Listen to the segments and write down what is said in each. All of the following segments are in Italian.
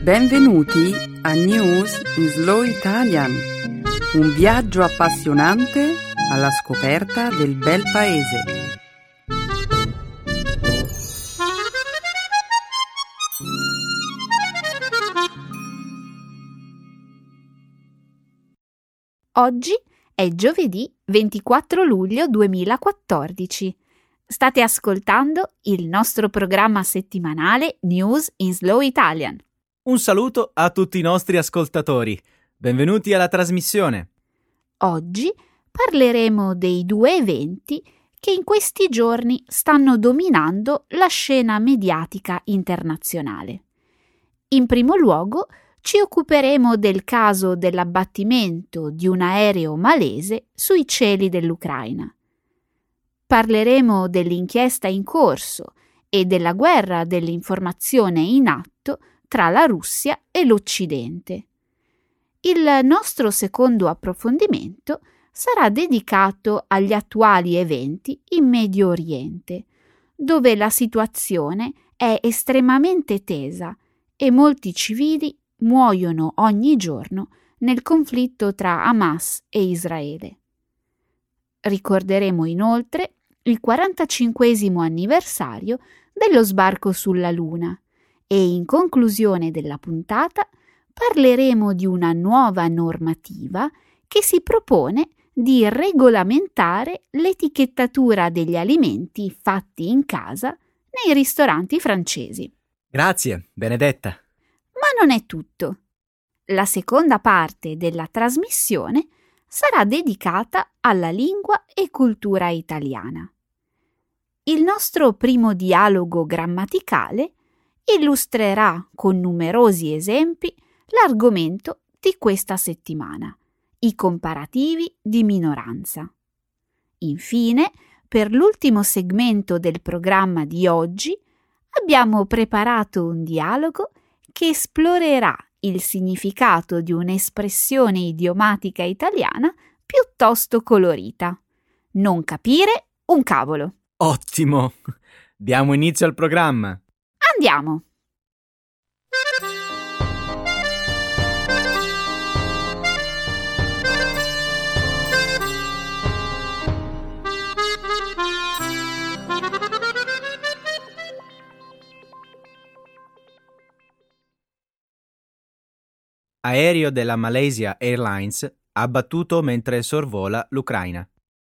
Benvenuti a News in Slow Italian, un viaggio appassionante alla scoperta del bel paese. Oggi è giovedì 24 luglio 2014. State ascoltando il nostro programma settimanale News in Slow Italian. Un saluto a tutti i nostri ascoltatori. Benvenuti alla trasmissione. Oggi parleremo dei due eventi che in questi giorni stanno dominando la scena mediatica internazionale. In primo luogo, ci occuperemo del caso dell'abbattimento di un aereo malese sui cieli dell'Ucraina. Parleremo dell'inchiesta in corso e della guerra dell'informazione in atto tra la Russia e l'Occidente. Il nostro secondo approfondimento sarà dedicato agli attuali eventi in Medio Oriente, dove la situazione è estremamente tesa e molti civili muoiono ogni giorno nel conflitto tra Hamas e Israele. Ricorderemo inoltre il 45° anniversario dello sbarco sulla Luna e in conclusione della puntata parleremo di una nuova normativa che si propone di regolamentare l'etichettatura degli alimenti fatti in casa nei ristoranti francesi. Grazie, Benedetta. Ma non è tutto. La seconda parte della trasmissione sarà dedicata alla lingua e cultura italiana. Il nostro primo dialogo grammaticale illustrerà con numerosi esempi l'argomento di questa settimana, i comparativi di minoranza. Infine, per l'ultimo segmento del programma di oggi, abbiamo preparato un dialogo che esplorerà il significato di un'espressione idiomatica italiana piuttosto colorita. Non capire un cavolo. Ottimo! Diamo inizio al programma. Andiamo! Aereo della Malaysia Airlines abbattuto mentre sorvola l'Ucraina.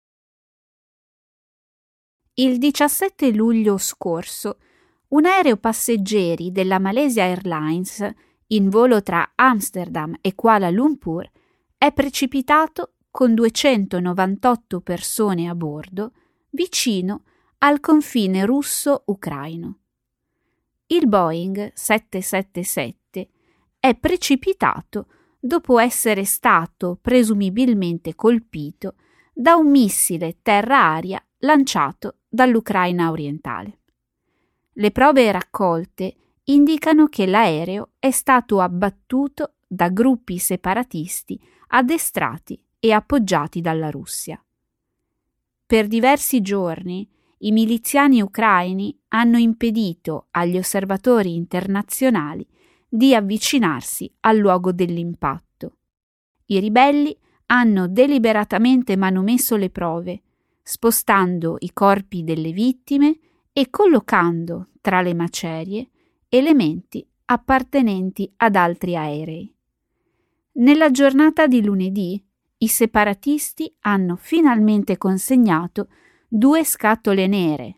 Il 17 luglio scorso, un aereo passeggeri della Malaysia Airlines, in volo tra Amsterdam e Kuala Lumpur, è precipitato con 298 persone a bordo vicino al confine russo-ucraino. Il Boeing 777 è precipitato dopo essere stato presumibilmente colpito da un missile terra-aria lanciato dall'Ucraina orientale. Le prove raccolte indicano che l'aereo è stato abbattuto da gruppi separatisti addestrati e appoggiati dalla Russia. Per diversi giorni i miliziani ucraini hanno impedito agli osservatori internazionali di avvicinarsi al luogo dell'impatto. I ribelli hanno deliberatamente manomesso le prove, spostando i corpi delle vittime e collocando tra le macerie elementi appartenenti ad altri aerei. Nella giornata di lunedì, i separatisti hanno finalmente consegnato 2 scatole nere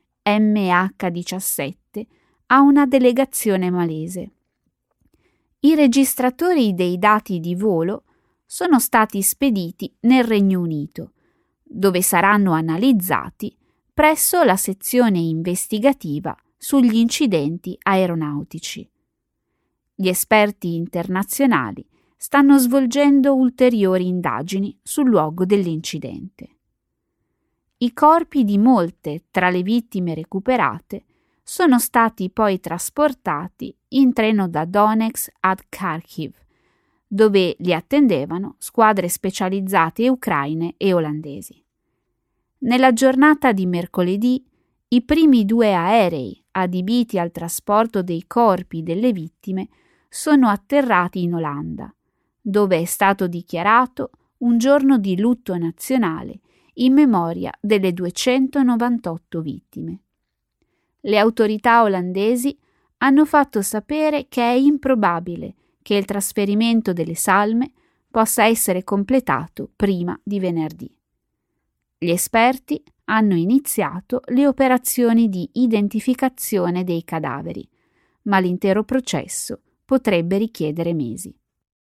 MH17 a una delegazione malese. I registratori dei dati di volo sono stati spediti nel Regno Unito, dove saranno analizzati presso la sezione investigativa sugli incidenti aeronautici. Gli esperti internazionali stanno svolgendo ulteriori indagini sul luogo dell'incidente. I corpi di molte tra le vittime recuperate sono stati poi trasportati in treno da Donetsk ad Kharkiv, dove li attendevano squadre specializzate ucraine e olandesi. Nella giornata di mercoledì, i primi 2 aerei adibiti al trasporto dei corpi delle vittime sono atterrati in Olanda, dove è stato dichiarato un giorno di lutto nazionale in memoria delle 298 vittime. Le autorità olandesi hanno fatto sapere che è improbabile che il trasferimento delle salme possa essere completato prima di venerdì. Gli esperti hanno iniziato le operazioni di identificazione dei cadaveri, ma l'intero processo potrebbe richiedere mesi.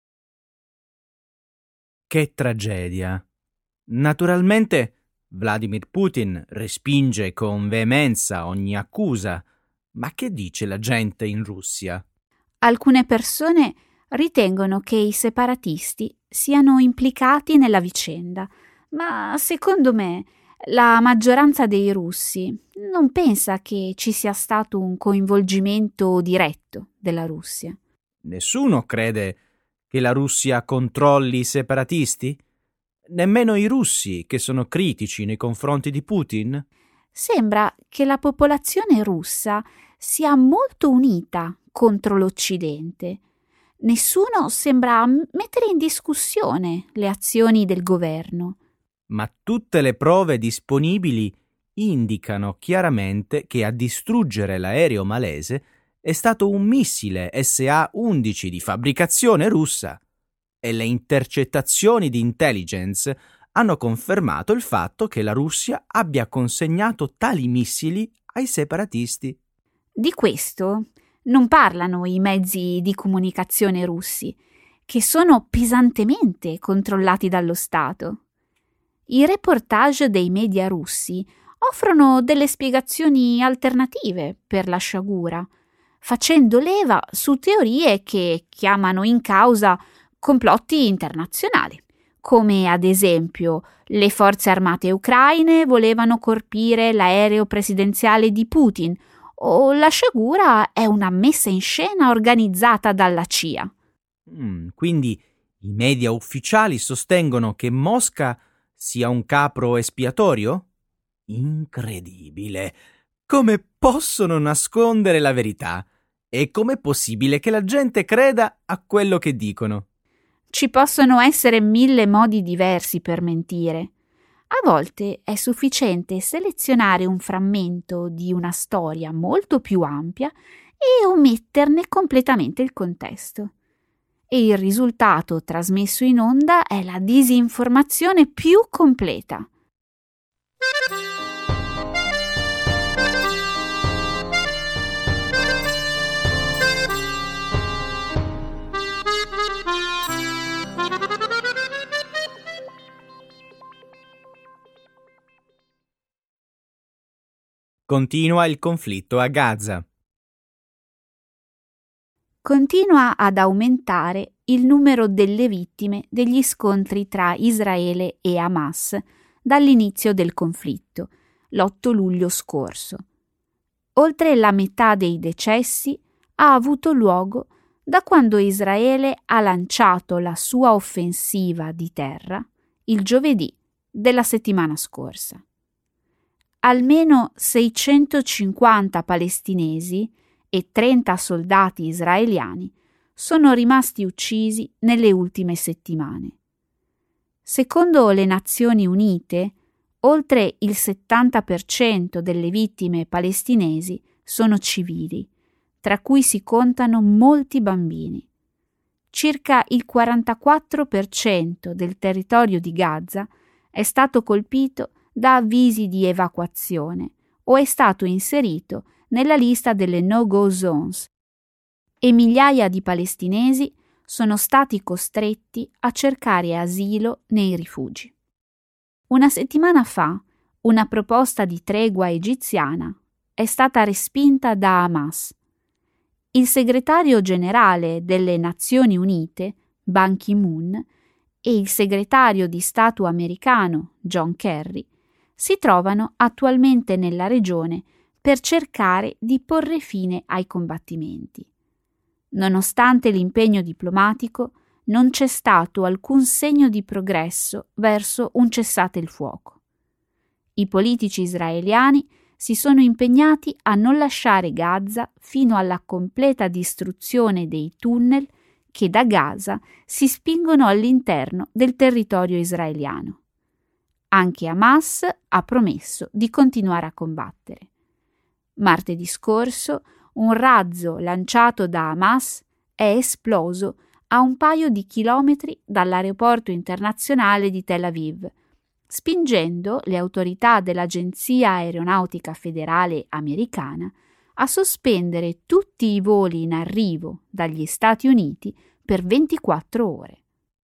Che tragedia! Naturalmente Vladimir Putin respinge con veemenza ogni accusa, ma che dice la gente in Russia? Alcune persone ritengono che i separatisti siano implicati nella vicenda, ma secondo me la maggioranza dei russi non pensa che ci sia stato un coinvolgimento diretto della Russia. Nessuno crede che la Russia controlli i separatisti? Nemmeno i russi, che sono critici nei confronti di Putin? Sembra che la popolazione russa sia molto unita contro l'Occidente. Nessuno sembra mettere in discussione le azioni del governo. Ma tutte le prove disponibili indicano chiaramente che a distruggere l'aereo malese è stato un missile SA-11 di fabbricazione russa e le intercettazioni di intelligence hanno confermato il fatto che la Russia abbia consegnato tali missili ai separatisti. Di questo non parlano i mezzi di comunicazione russi, che sono pesantemente controllati dallo Stato. I reportage dei media russi offrono delle spiegazioni alternative per la sciagura, facendo leva su teorie che chiamano in causa complotti internazionali, come ad esempio le forze armate ucraine volevano colpire l'aereo presidenziale di Putin o la sciagura è una messa in scena organizzata dalla CIA. Quindi i media ufficiali sostengono che Mosca sia un capro espiatorio? Incredibile! Come possono nascondere la verità? E com'è possibile che la gente creda a quello che dicono? Ci possono essere 1000 modi diversi per mentire. A volte è sufficiente selezionare un frammento di una storia molto più ampia e ometterne completamente il contesto. E il risultato trasmesso in onda è la disinformazione più completa. Continua il conflitto a Gaza. Continua ad aumentare il numero delle vittime degli scontri tra Israele e Hamas dall'inizio del conflitto, l'8 luglio scorso. Oltre la metà dei decessi ha avuto luogo da quando Israele ha lanciato la sua offensiva di terra il giovedì della settimana scorsa. Almeno 650 palestinesi e 30 soldati israeliani sono rimasti uccisi nelle ultime settimane. Secondo le Nazioni Unite, oltre il 70% delle vittime palestinesi sono civili, tra cui si contano molti bambini. Circa il 44% del territorio di Gaza è stato colpito da avvisi di evacuazione o è stato inserito nella lista delle no-go zones e migliaia di palestinesi sono stati costretti a cercare asilo nei rifugi. Una settimana fa, una proposta di tregua egiziana è stata respinta da Hamas. Il segretario generale delle Nazioni Unite, Ban Ki-moon, e il segretario di Stato americano, John Kerry, si trovano attualmente nella regione per cercare di porre fine ai combattimenti. Nonostante l'impegno diplomatico, non c'è stato alcun segno di progresso verso un cessate il fuoco. I politici israeliani si sono impegnati a non lasciare Gaza fino alla completa distruzione dei tunnel che da Gaza si spingono all'interno del territorio israeliano. Anche Hamas ha promesso di continuare a combattere. Martedì scorso un razzo lanciato da Hamas è esploso a un paio di chilometri dall'aeroporto internazionale di Tel Aviv, spingendo le autorità dell'Agenzia Aeronautica Federale americana a sospendere tutti i voli in arrivo dagli Stati Uniti per 24 ore.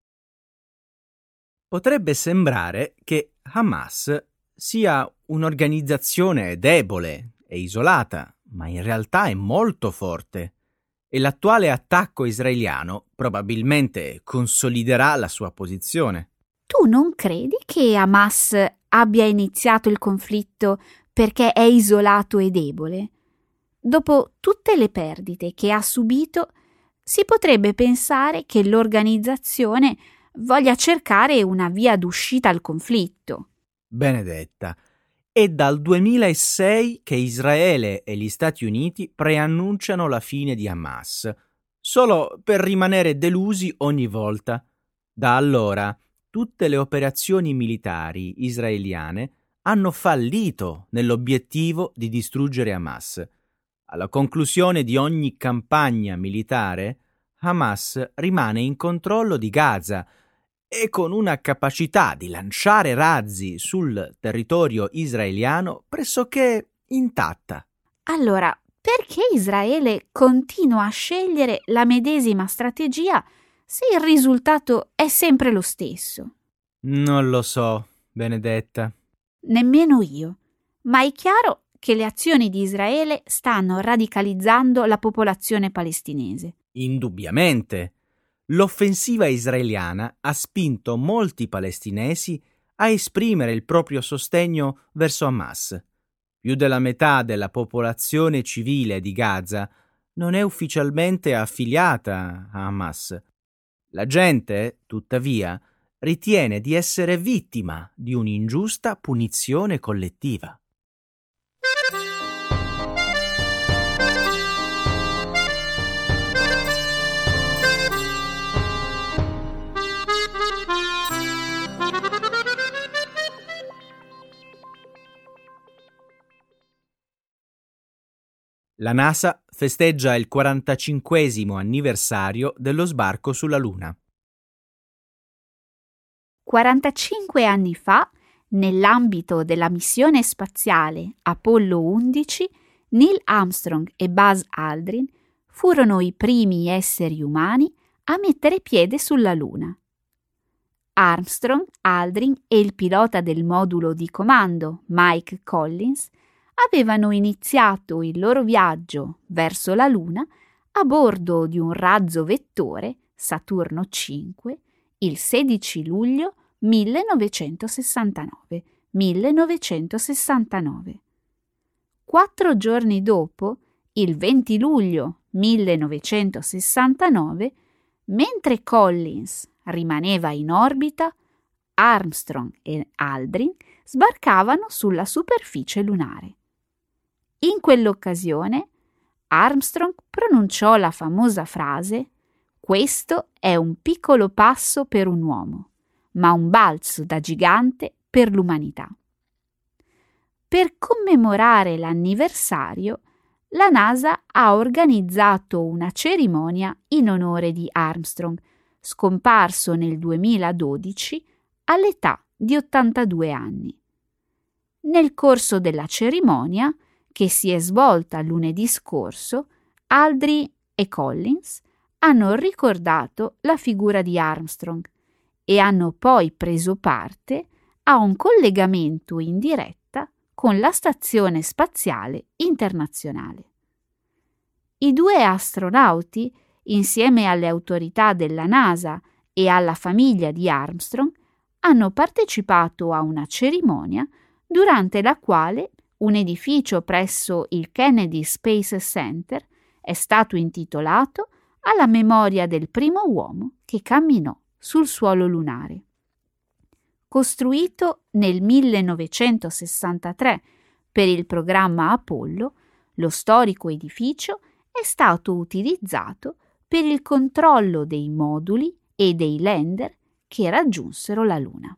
Potrebbe sembrare che Hamas sia un'organizzazione debole e isolata, ma in realtà è molto forte e l'attuale attacco israeliano probabilmente consoliderà la sua posizione. Tu non credi che Hamas abbia iniziato il conflitto perché è isolato e debole? Dopo tutte le perdite che ha subito, si potrebbe pensare che l'organizzazione voglia cercare una via d'uscita al conflitto. Benedetta, è dal 2006 che Israele e gli Stati Uniti preannunciano la fine di Hamas, solo per rimanere delusi ogni volta. Da allora, tutte le operazioni militari israeliane hanno fallito nell'obiettivo di distruggere Hamas. Alla conclusione di ogni campagna militare, Hamas rimane in controllo di Gaza e con una capacità di lanciare razzi sul territorio israeliano pressoché intatta. Allora, perché Israele continua a scegliere la medesima strategia se il risultato è sempre lo stesso? Non lo so, Benedetta. Nemmeno io, ma è chiaro che le azioni di Israele stanno radicalizzando la popolazione palestinese. Indubbiamente. L'offensiva israeliana ha spinto molti palestinesi a esprimere il proprio sostegno verso Hamas. Più della metà della popolazione civile di Gaza non è ufficialmente affiliata a Hamas. La gente, tuttavia, ritiene di essere vittima di un'ingiusta punizione collettiva. La NASA festeggia il 45° anniversario dello sbarco sulla Luna. 45 anni fa, nell'ambito della missione spaziale Apollo 11, Neil Armstrong e Buzz Aldrin furono i primi esseri umani a mettere piede sulla Luna. Armstrong, Aldrin e il pilota del modulo di comando, Mike Collins, avevano iniziato il loro viaggio verso la Luna a bordo di un razzo vettore Saturno 5 il 16 luglio 1969. 4 giorni dopo, il 20 luglio 1969, mentre Collins rimaneva in orbita, Armstrong e Aldrin sbarcavano sulla superficie lunare. In quell'occasione, Armstrong pronunciò la famosa frase: «Questo è un piccolo passo per un uomo, ma un balzo da gigante per l'umanità». Per commemorare l'anniversario, la NASA ha organizzato una cerimonia in onore di Armstrong, scomparso nel 2012 all'età di 82 anni. Nel corso della cerimonia, che si è svolta lunedì scorso, Aldrin e Collins hanno ricordato la figura di Armstrong e hanno poi preso parte a un collegamento in diretta con la Stazione Spaziale Internazionale. I 2 astronauti, insieme alle autorità della NASA e alla famiglia di Armstrong, hanno partecipato a una cerimonia durante la quale un edificio presso il Kennedy Space Center è stato intitolato alla memoria del primo uomo che camminò sul suolo lunare. Costruito nel 1963 Per il programma Apollo, lo storico edificio è stato utilizzato per il controllo dei moduli e dei lander che raggiunsero la Luna.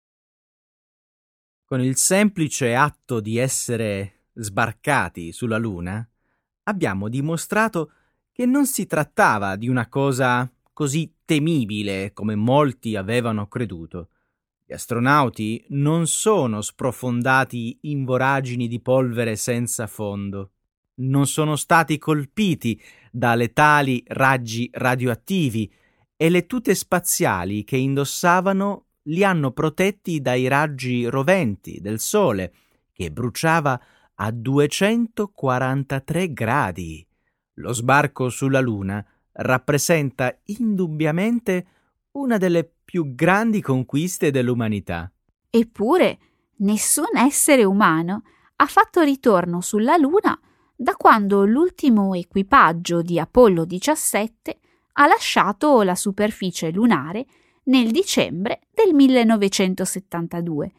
Con il semplice atto di essere sbarcati sulla Luna, abbiamo dimostrato che non si trattava di una cosa così temibile come molti avevano creduto. Gli astronauti non sono sprofondati in voragini di polvere senza fondo. Non sono stati colpiti da letali raggi radioattivi e le tute spaziali che indossavano li hanno protetti dai raggi roventi del Sole, che bruciava a 243 gradi. Lo sbarco sulla Luna rappresenta indubbiamente una delle più grandi conquiste dell'umanità. Eppure, nessun essere umano ha fatto ritorno sulla Luna da quando l'ultimo equipaggio di Apollo 17 ha lasciato la superficie lunare nel dicembre del 1972.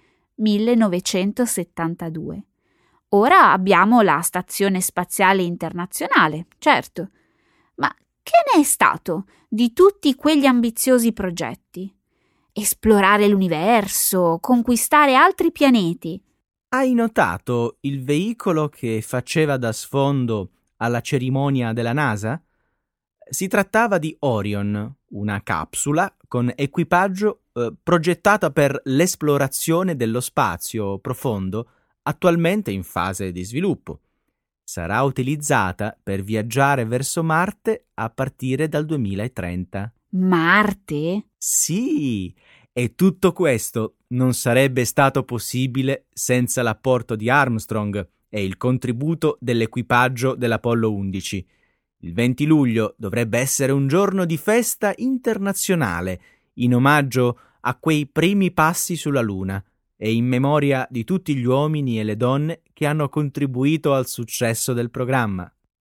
Ora abbiamo la Stazione Spaziale Internazionale, certo, ma che ne è stato di tutti quegli ambiziosi progetti? Esplorare l'universo, conquistare altri pianeti. Hai notato il veicolo che faceva da sfondo alla cerimonia della NASA? Si trattava di Orion, una capsula con equipaggio progettata per l'esplorazione dello spazio profondo, attualmente in fase di sviluppo. Sarà utilizzata per viaggiare verso Marte a partire dal 2030. Marte? Sì, e tutto questo non sarebbe stato possibile senza l'apporto di Armstrong e il contributo dell'equipaggio dell'Apollo 11. Il 20 luglio dovrebbe essere un giorno di festa internazionale in omaggio a quei primi passi sulla Luna e in memoria di tutti gli uomini e le donne che hanno contribuito al successo del programma.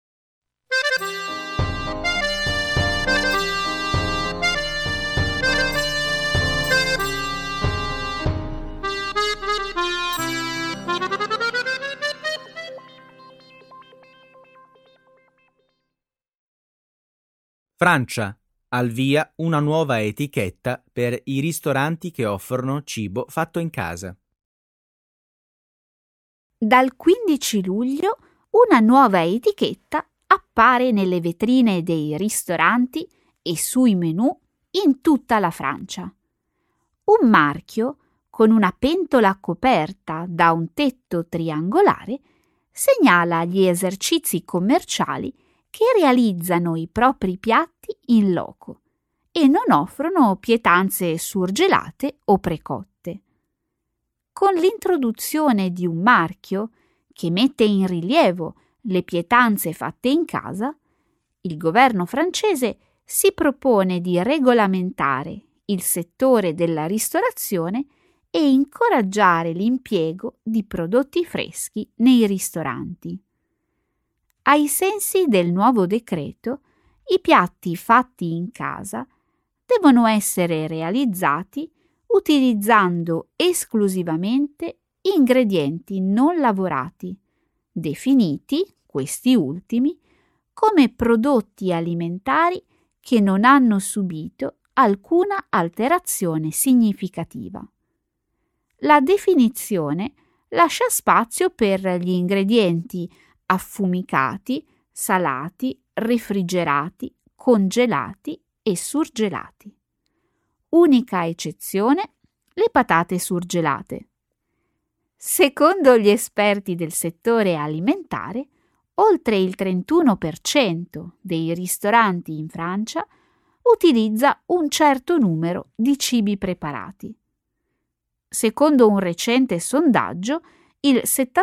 Francia, al via una nuova etichetta per i ristoranti che offrono cibo fatto in casa. Dal 15 luglio una nuova etichetta appare nelle vetrine dei ristoranti e sui menù in tutta la Francia. Un marchio con una pentola coperta da un tetto triangolare segnala gli esercizi commerciali che realizzano i propri piatti in loco e non offrono pietanze surgelate o precotte. Con l'introduzione di un marchio che mette in rilievo le pietanze fatte in casa, il governo francese si propone di regolamentare il settore della ristorazione e incoraggiare l'impiego di prodotti freschi nei ristoranti. Ai sensi del nuovo decreto, i piatti fatti in casa devono essere realizzati utilizzando esclusivamente ingredienti non lavorati, definiti, questi ultimi, come prodotti alimentari che non hanno subito alcuna alterazione significativa. La definizione lascia spazio per gli ingredienti affumicati, salati, refrigerati, congelati e surgelati. Unica eccezione, le patate surgelate. Secondo gli esperti del settore alimentare, oltre il 31% dei ristoranti in Francia utilizza un certo numero di cibi preparati. Secondo un recente sondaggio, il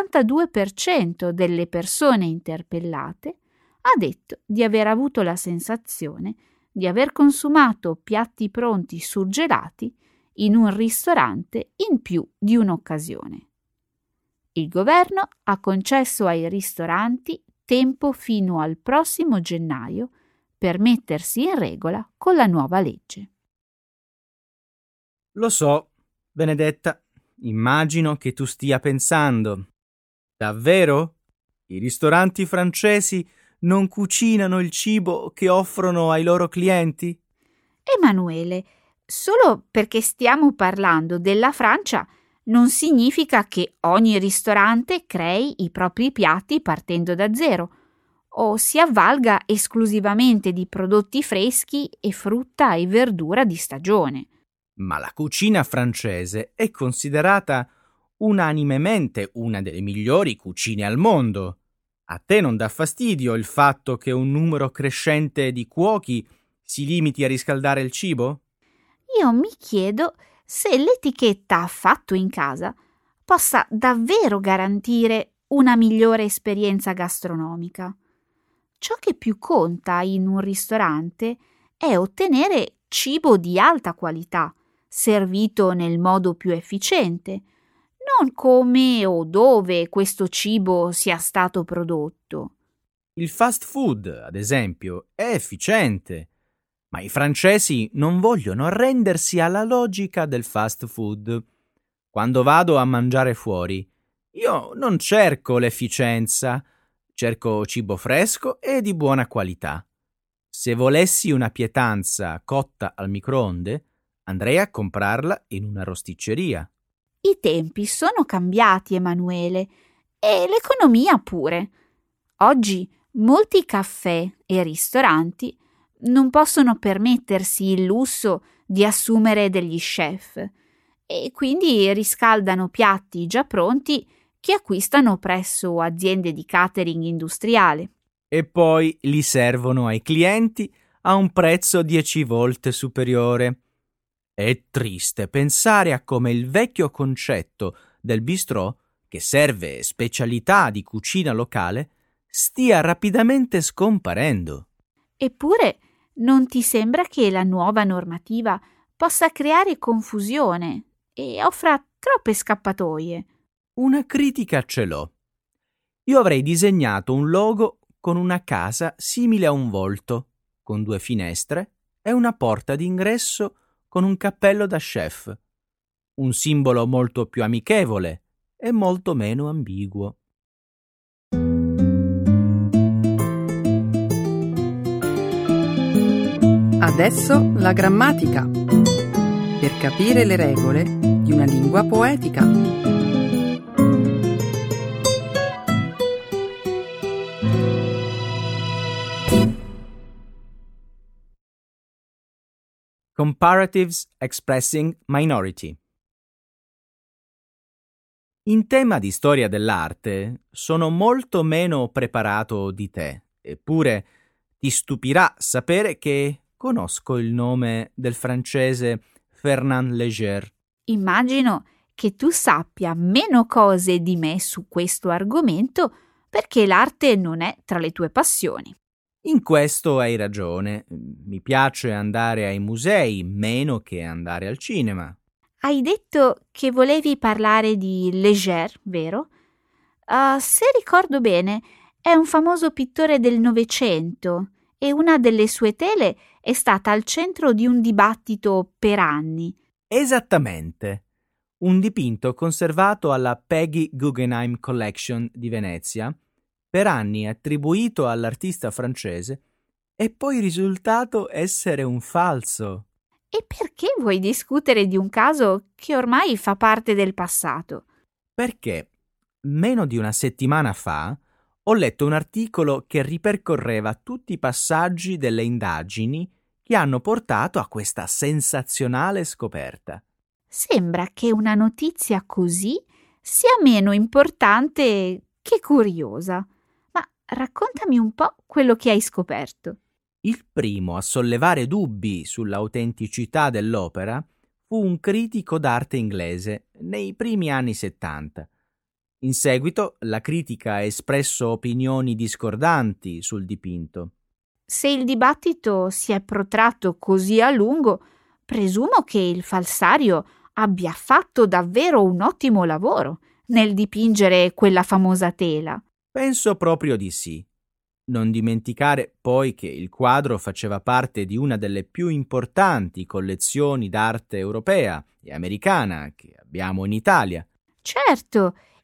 72% delle persone interpellate ha detto di aver avuto la sensazione di aver consumato piatti pronti surgelati in un ristorante in più di un'occasione. Il governo ha concesso ai ristoranti tempo fino al prossimo gennaio per mettersi in regola con la nuova legge. Lo so, Benedetta, immagino che tu stia pensando: Davvero? I ristoranti francesi non cucinano il cibo che offrono ai loro clienti? Emanuele, solo perché stiamo parlando della Francia non significa che ogni ristorante crei i propri piatti partendo da zero o si avvalga esclusivamente di prodotti freschi e frutta e verdura di stagione. Ma la cucina francese è considerata unanimemente una delle migliori cucine al mondo. A te non dà fastidio il fatto che un numero crescente di cuochi si limiti a riscaldare il cibo? Io mi chiedo se l'etichetta "fatto in casa" possa davvero garantire una migliore esperienza gastronomica. Ciò che più conta in un ristorante è ottenere cibo di alta qualità, servito nel modo più efficiente, non come o dove questo cibo sia stato prodotto. Il fast food, ad esempio, è efficiente, ma i francesi non vogliono arrendersi alla logica del fast food. Quando vado a mangiare fuori, io non cerco l'efficienza, cerco cibo fresco e di buona qualità. Se volessi una pietanza cotta al microonde, andrei a comprarla in una rosticceria. I tempi sono cambiati, Emanuele, e l'economia pure. Oggi molti caffè e ristoranti non possono permettersi il lusso di assumere degli chef e quindi riscaldano piatti già pronti che acquistano presso aziende di catering industriale. E poi li servono ai clienti a un prezzo 10 volte superiore. È triste pensare a come il vecchio concetto del bistrò, che serve specialità di cucina locale, stia rapidamente scomparendo. Eppure non ti sembra che la nuova normativa possa creare confusione e offra troppe scappatoie? Una critica ce l'ho. Io avrei disegnato un logo con una casa simile a un volto, con 2 finestre e una porta d'ingresso con un cappello da chef. Un simbolo molto più amichevole e molto meno ambiguo. Adesso la grammatica, per capire le regole di una lingua poetica. Comparatives expressing minority. In tema di storia dell'arte sono molto meno preparato di te, eppure ti stupirà sapere che conosco il nome del francese Fernand Léger. Immagino che tu sappia meno cose di me su questo argomento perché l'arte non è tra le tue passioni. In questo hai ragione. Mi piace andare ai musei meno che andare al cinema. Hai detto che volevi parlare di Léger, vero? Se ricordo bene, è un famoso pittore del Novecento e una delle sue tele è stata al centro di un dibattito per anni. Esattamente. Un dipinto conservato alla Peggy Guggenheim Collection di Venezia, per anni attribuito all'artista francese, e poi risultato essere un falso. E perché vuoi discutere di un caso che ormai fa parte del passato? Perché meno di una settimana fa ho letto un articolo che ripercorreva tutti i passaggi delle indagini che hanno portato a questa sensazionale scoperta. Sembra che una notizia così sia meno importante che curiosa. Ma raccontami un po' quello che hai scoperto. Il primo a sollevare dubbi sull'autenticità dell'opera fu un critico d'arte inglese nei primi anni 70. In seguito la critica ha espresso opinioni discordanti sul dipinto. Se il dibattito si è protratto così a lungo, presumo che il falsario abbia fatto davvero un ottimo lavoro nel dipingere quella famosa tela. Penso proprio di sì. Non dimenticare poi che il quadro faceva parte di una delle più importanti collezioni d'arte europea e americana che abbiamo in Italia. Certo,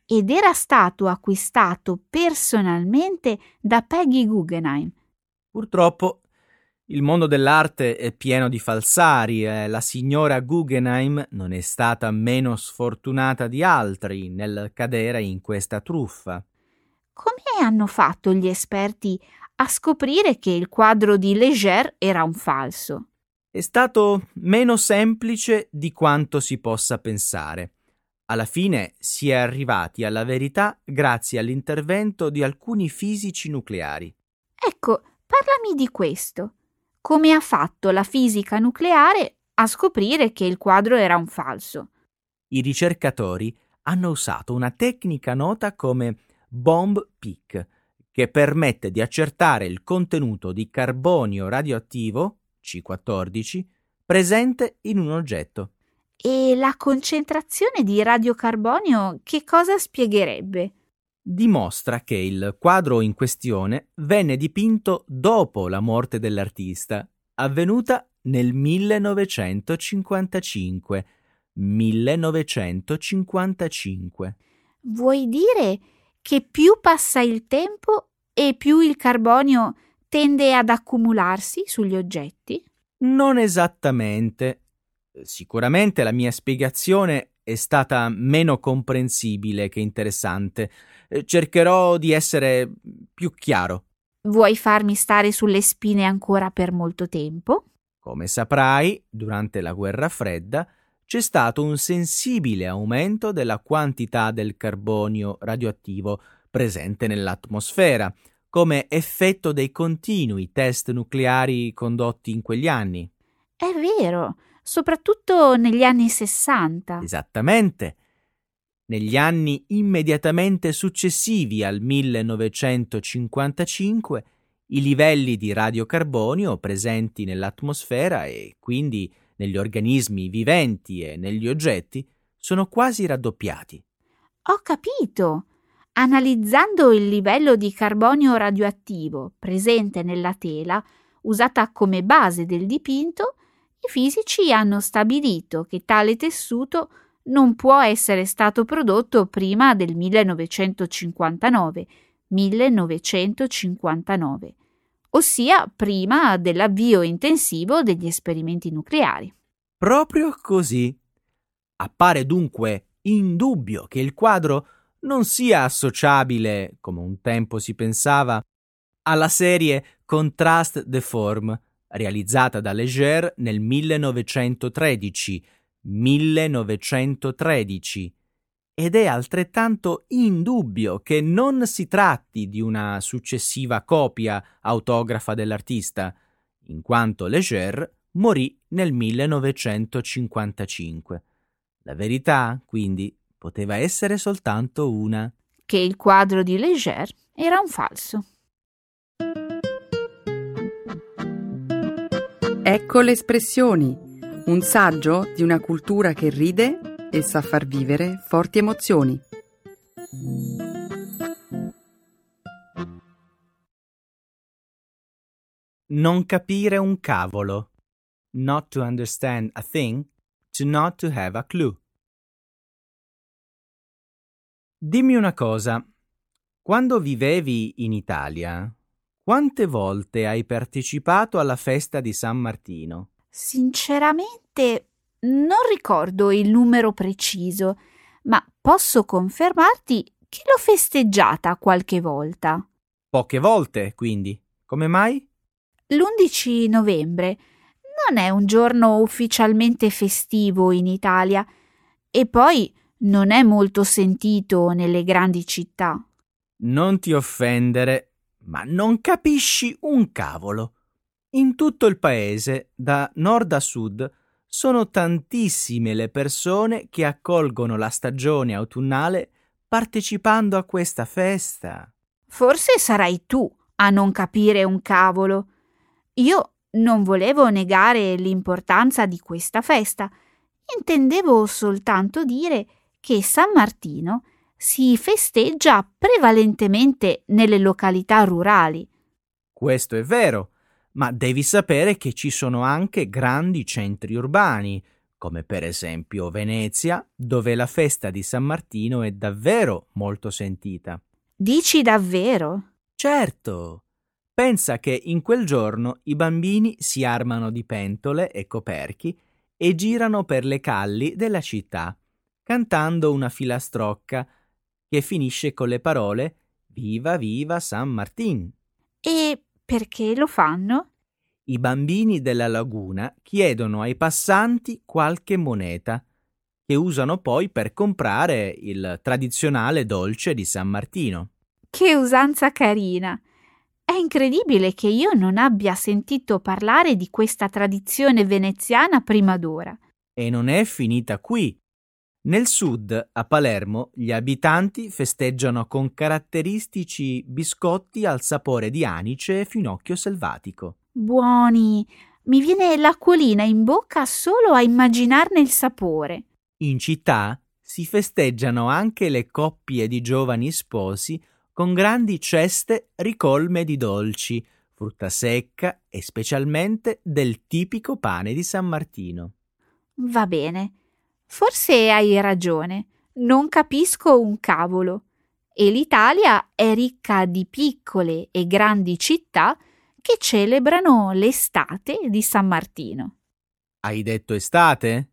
ed era stato acquistato personalmente da Peggy Guggenheim. Purtroppo il mondo dell'arte è pieno di falsari e la signora Guggenheim non è stata meno sfortunata di altri nel cadere in questa truffa. Come hanno fatto gli esperti a scoprire che il quadro di Leger era un falso? È stato meno semplice di quanto si possa pensare. Alla fine si è arrivati alla verità grazie all'intervento di alcuni fisici nucleari. Ecco, parlami di questo. Come ha fatto la fisica nucleare a scoprire che il quadro era un falso? I ricercatori hanno usato una tecnica nota come bomb peak, che permette di accertare il contenuto di carbonio radioattivo, C14, presente in un oggetto. E la concentrazione di radiocarbonio che cosa spiegherebbe? Dimostra che il quadro in questione venne dipinto dopo la morte dell'artista, avvenuta nel 1955. 1955. Vuoi dire che più passa il tempo e più il carbonio tende ad accumularsi sugli oggetti? Non esattamente. Sicuramente la mia spiegazione è stata meno comprensibile che interessante. Cercherò di essere più chiaro. Vuoi farmi stare sulle spine ancora per molto tempo? Come saprai, durante la Guerra Fredda c'è stato un sensibile aumento della quantità del carbonio radioattivo presente nell'atmosfera, come effetto dei continui test nucleari condotti in quegli anni. È vero, soprattutto negli anni 60. Esattamente. Negli anni immediatamente successivi al 1955, i livelli di radiocarbonio presenti nell'atmosfera e quindi negli organismi viventi e negli oggetti sono quasi raddoppiati. Ho capito. Analizzando il livello di carbonio radioattivo presente nella tela, usata come base del dipinto, i fisici hanno stabilito che tale tessuto non può essere stato prodotto prima del 1959, ossia prima dell'avvio intensivo degli esperimenti nucleari. Proprio così. Appare dunque indubbio che il quadro non sia associabile, come un tempo si pensava, alla serie Contrast de Forme, realizzata da Leger nel 1913, ed è altrettanto indubbio che non si tratti di una successiva copia autografa dell'artista, in quanto Leger morì nel 1955. La verità, quindi, poteva essere soltanto una: che il quadro di Leger era un falso. Ecco le espressioni, un saggio di una cultura che ride e sa far vivere forti emozioni. Non capire un cavolo. Not to understand a thing, to not to have a clue. Dimmi una cosa, quando vivevi in Italia, quante volte hai partecipato alla festa di San Martino? Sinceramente non ricordo il numero preciso, ma posso confermarti che l'ho festeggiata qualche volta. Poche volte, quindi. Come mai? L'11 novembre non è un giorno ufficialmente festivo in Italia e poi non è molto sentito nelle grandi città. Non ti offendere, ma non capisci un cavolo. In tutto il paese, da nord a sud, sono tantissime le persone che accolgono la stagione autunnale partecipando a questa festa. Forse sarai tu a non capire un cavolo. Io non volevo negare l'importanza di questa festa. Intendevo soltanto dire che San Martino si festeggia prevalentemente nelle località rurali. Questo è vero, ma devi sapere che ci sono anche grandi centri urbani, come per esempio Venezia, dove la festa di San Martino è davvero molto sentita. Dici davvero? Certo! Pensa che in quel giorno i bambini si armano di pentole e coperchi e girano per le calli della città, cantando una filastrocca che finisce con le parole «Viva viva San Martín». E perché lo fanno? I bambini della laguna chiedono ai passanti qualche moneta, che usano poi per comprare il tradizionale dolce di San Martino. Che usanza carina! È incredibile che io non abbia sentito parlare di questa tradizione veneziana prima d'ora. E non è finita qui. Nel sud, a Palermo, gli abitanti festeggiano con caratteristici biscotti al sapore di anice e finocchio selvatico. Buoni! Mi viene l'acquolina in bocca solo a immaginarne il sapore. In città si festeggiano anche le coppie di giovani sposi con grandi ceste ricolme di dolci, frutta secca e specialmente del tipico pane di San Martino. Va bene, forse hai ragione, non capisco un cavolo. E l'Italia è ricca di piccole e grandi città che celebrano l'estate di San Martino. Hai detto estate?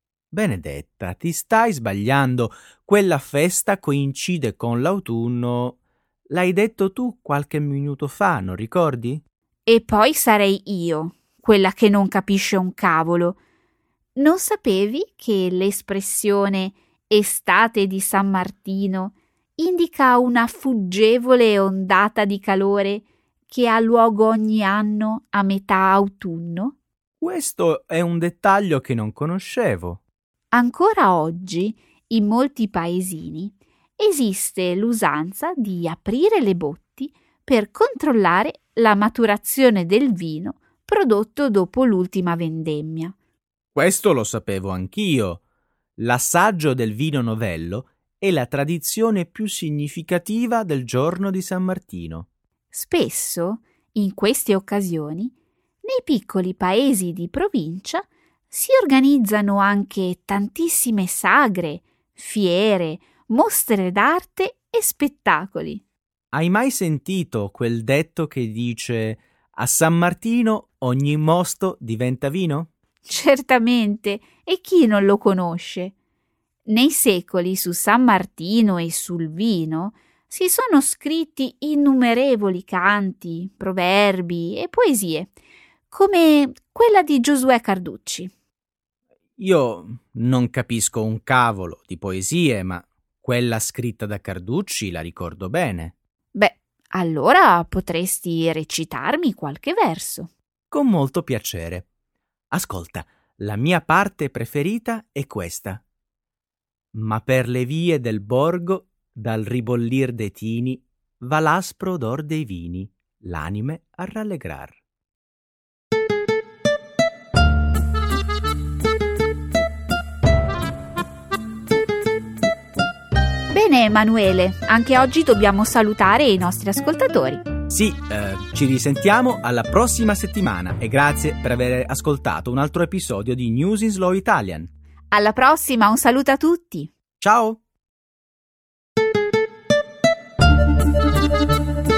Benedetta, ti stai sbagliando. Quella festa coincide con l'autunno. L'hai detto tu qualche minuto fa, non ricordi? E poi sarei io, quella che non capisce un cavolo. Non sapevi che l'espressione estate di San Martino indica una fuggevole ondata di calore che ha luogo ogni anno a metà autunno? Questo è un dettaglio che non conoscevo. Ancora oggi, in molti paesini, esiste l'usanza di aprire le botti per controllare la maturazione del vino prodotto dopo l'ultima vendemmia. Questo lo sapevo anch'io. L'assaggio del vino novello è la tradizione più significativa del giorno di San Martino. Spesso, in queste occasioni, nei piccoli paesi di provincia si organizzano anche tantissime sagre, fiere, mostre d'arte e spettacoli. Hai mai sentito quel detto che dice «A San Martino ogni mosto diventa vino»? Certamente, e chi non lo conosce? Nei secoli su San Martino e sul vino si sono scritti innumerevoli canti, proverbi e poesie, come quella di Giosuè Carducci. Io non capisco un cavolo di poesie, ma quella scritta da Carducci la ricordo bene. Beh, allora potresti recitarmi qualche verso. Con molto piacere. Ascolta, la mia parte preferita è questa. Ma per le vie del borgo, dal ribollir dei tini, va l'aspro odor dei vini, l'anime a rallegrar. Bene, Emanuele, anche oggi dobbiamo salutare i nostri ascoltatori. Sì, ci risentiamo alla prossima settimana e grazie per aver ascoltato un altro episodio di News in Slow Italian. Alla prossima, un saluto a tutti. Ciao!